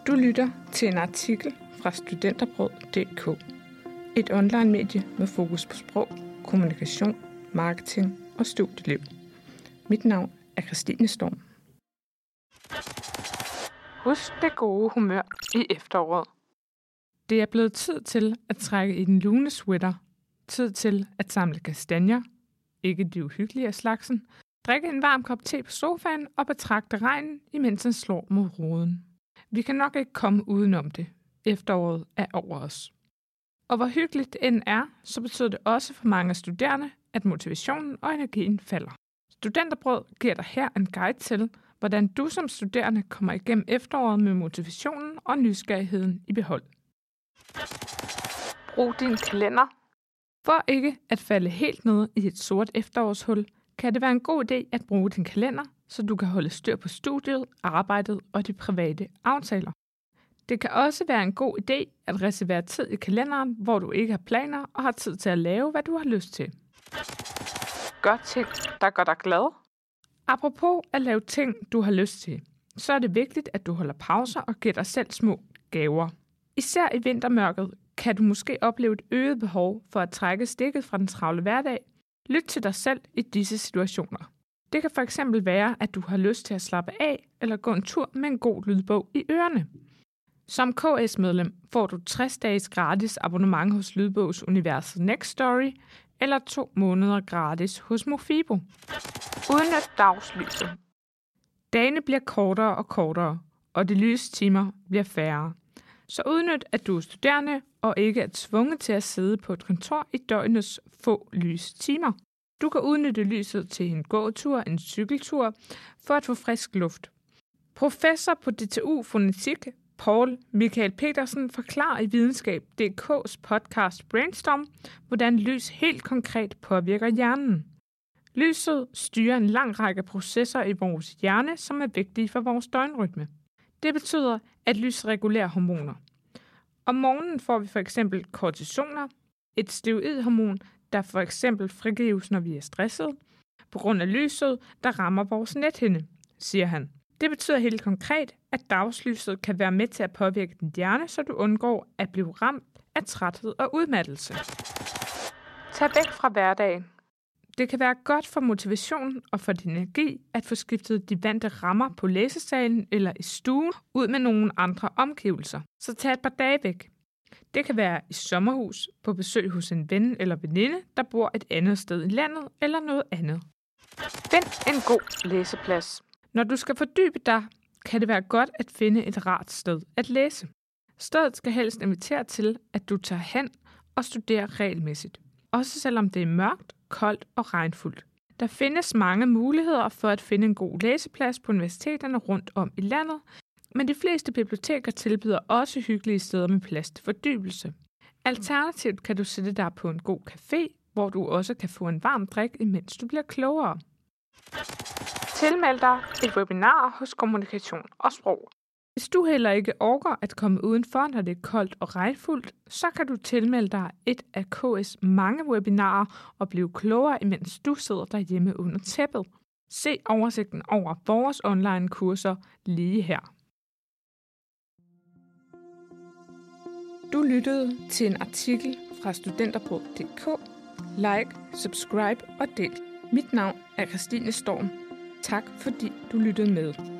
Du lytter til en artikel fra Studenterbrød.dk, et online-medie med fokus på sprog, kommunikation, marketing og studieliv. Mit navn er Christine Storm. Husk det gode humør i efteråret. Det er blevet tid til at trække i den lune sweater, tid til at samle kastanjer, ikke de uhyggelige af slagsen, drikke en varm kop te på sofaen og betragte regnen, imens den slår mod ruden. Vi kan nok ikke komme udenom det. Efteråret er over os. Og hvor hyggeligt det end er, så betyder det også for mange studerende, at motivationen og energien falder. Studenterbrød giver dig her en guide til, hvordan du som studerende kommer igennem efteråret med motivationen og nysgerrigheden i behold. Brug din kalender. For ikke at falde helt ned i et sort efterårshul, kan det være en god idé at bruge din kalender, så du kan holde styr på studiet, arbejdet og de private aftaler. Det kan også være en god idé at reservere tid i kalenderen, hvor du ikke har planer og har tid til at lave, hvad du har lyst til. Gør ting, der gør dig glad. Apropos at lave ting, du har lyst til, så er det vigtigt, at du holder pauser og giver dig selv små gaver. Især i vintermørket kan du måske opleve et øget behov for at trække stikket fra den travle hverdag. Lyt til dig selv i disse situationer. Det kan fx være, at du har lyst til at slappe af eller gå en tur med en god lydbog i ørerne. Som KS-medlem får du 60 dages gratis abonnement hos Lydbogsuniverset Nextory eller 2 måneder gratis hos Mofibo. Udnyt dagslyset. Dagene bliver kortere og kortere, og de lyse timer bliver færre. Så udnyt, at du er studerende og ikke er tvunget til at sidde på et kontor i døgnets få lyse timer. Du kan udnytte lyset til en gåtur, en cykeltur, for at få frisk luft. Professor på DTU Fonetik, Paul Michael Petersen, forklarer i Videnskab.dk's podcast Brainstorm, hvordan lys helt konkret påvirker hjernen. Lyset styrer en lang række processer i vores hjerne, som er vigtige for vores døgnrytme. Det betyder, at lys regulerer hormoner. Om morgenen får vi for eksempel kortisoner, et steroidhormon, der for eksempel frigives, når vi er stresset, på grund af lyset, der rammer vores nethinde, siger han. Det betyder helt konkret, at dagslyset kan være med til at påvirke din hjerne, så du undgår at blive ramt af træthed og udmattelse. Tag væk fra hverdagen. Det kan være godt for motivationen og for din energi at få skiftet de vante rammer på læsesalen eller i stuen ud med nogle andre omgivelser. Så tag et par dage væk. Det kan være i sommerhus, på besøg hos en ven eller veninde, der bor et andet sted i landet eller noget andet. Find en god læseplads. Når du skal fordybe dig, kan det være godt at finde et rart sted at læse. Stedet skal helst invitere til, at du tager hen og studerer regelmæssigt. Også selvom det er mørkt, koldt og regnfuldt. Der findes mange muligheder for at finde en god læseplads på universiteterne rundt om i landet, men de fleste biblioteker tilbyder også hyggelige steder med plads til fordybelse. Alternativt kan du sætte dig på en god café, hvor du også kan få en varm drik, imens du bliver klogere. Tilmeld dig et webinar hos Kommunikation og Sprog. Hvis du heller ikke orker at komme udenfor, når det er koldt og regnfuldt, så kan du tilmelde dig et af KS mange webinarer og blive klogere, imens du sidder derhjemme under tæppet. Se oversigten over vores online kurser lige her. Du lyttede til en artikel fra Studenterbrød.dk. Like, subscribe og del. Mit navn er Christine Storm. Tak fordi du lyttede med.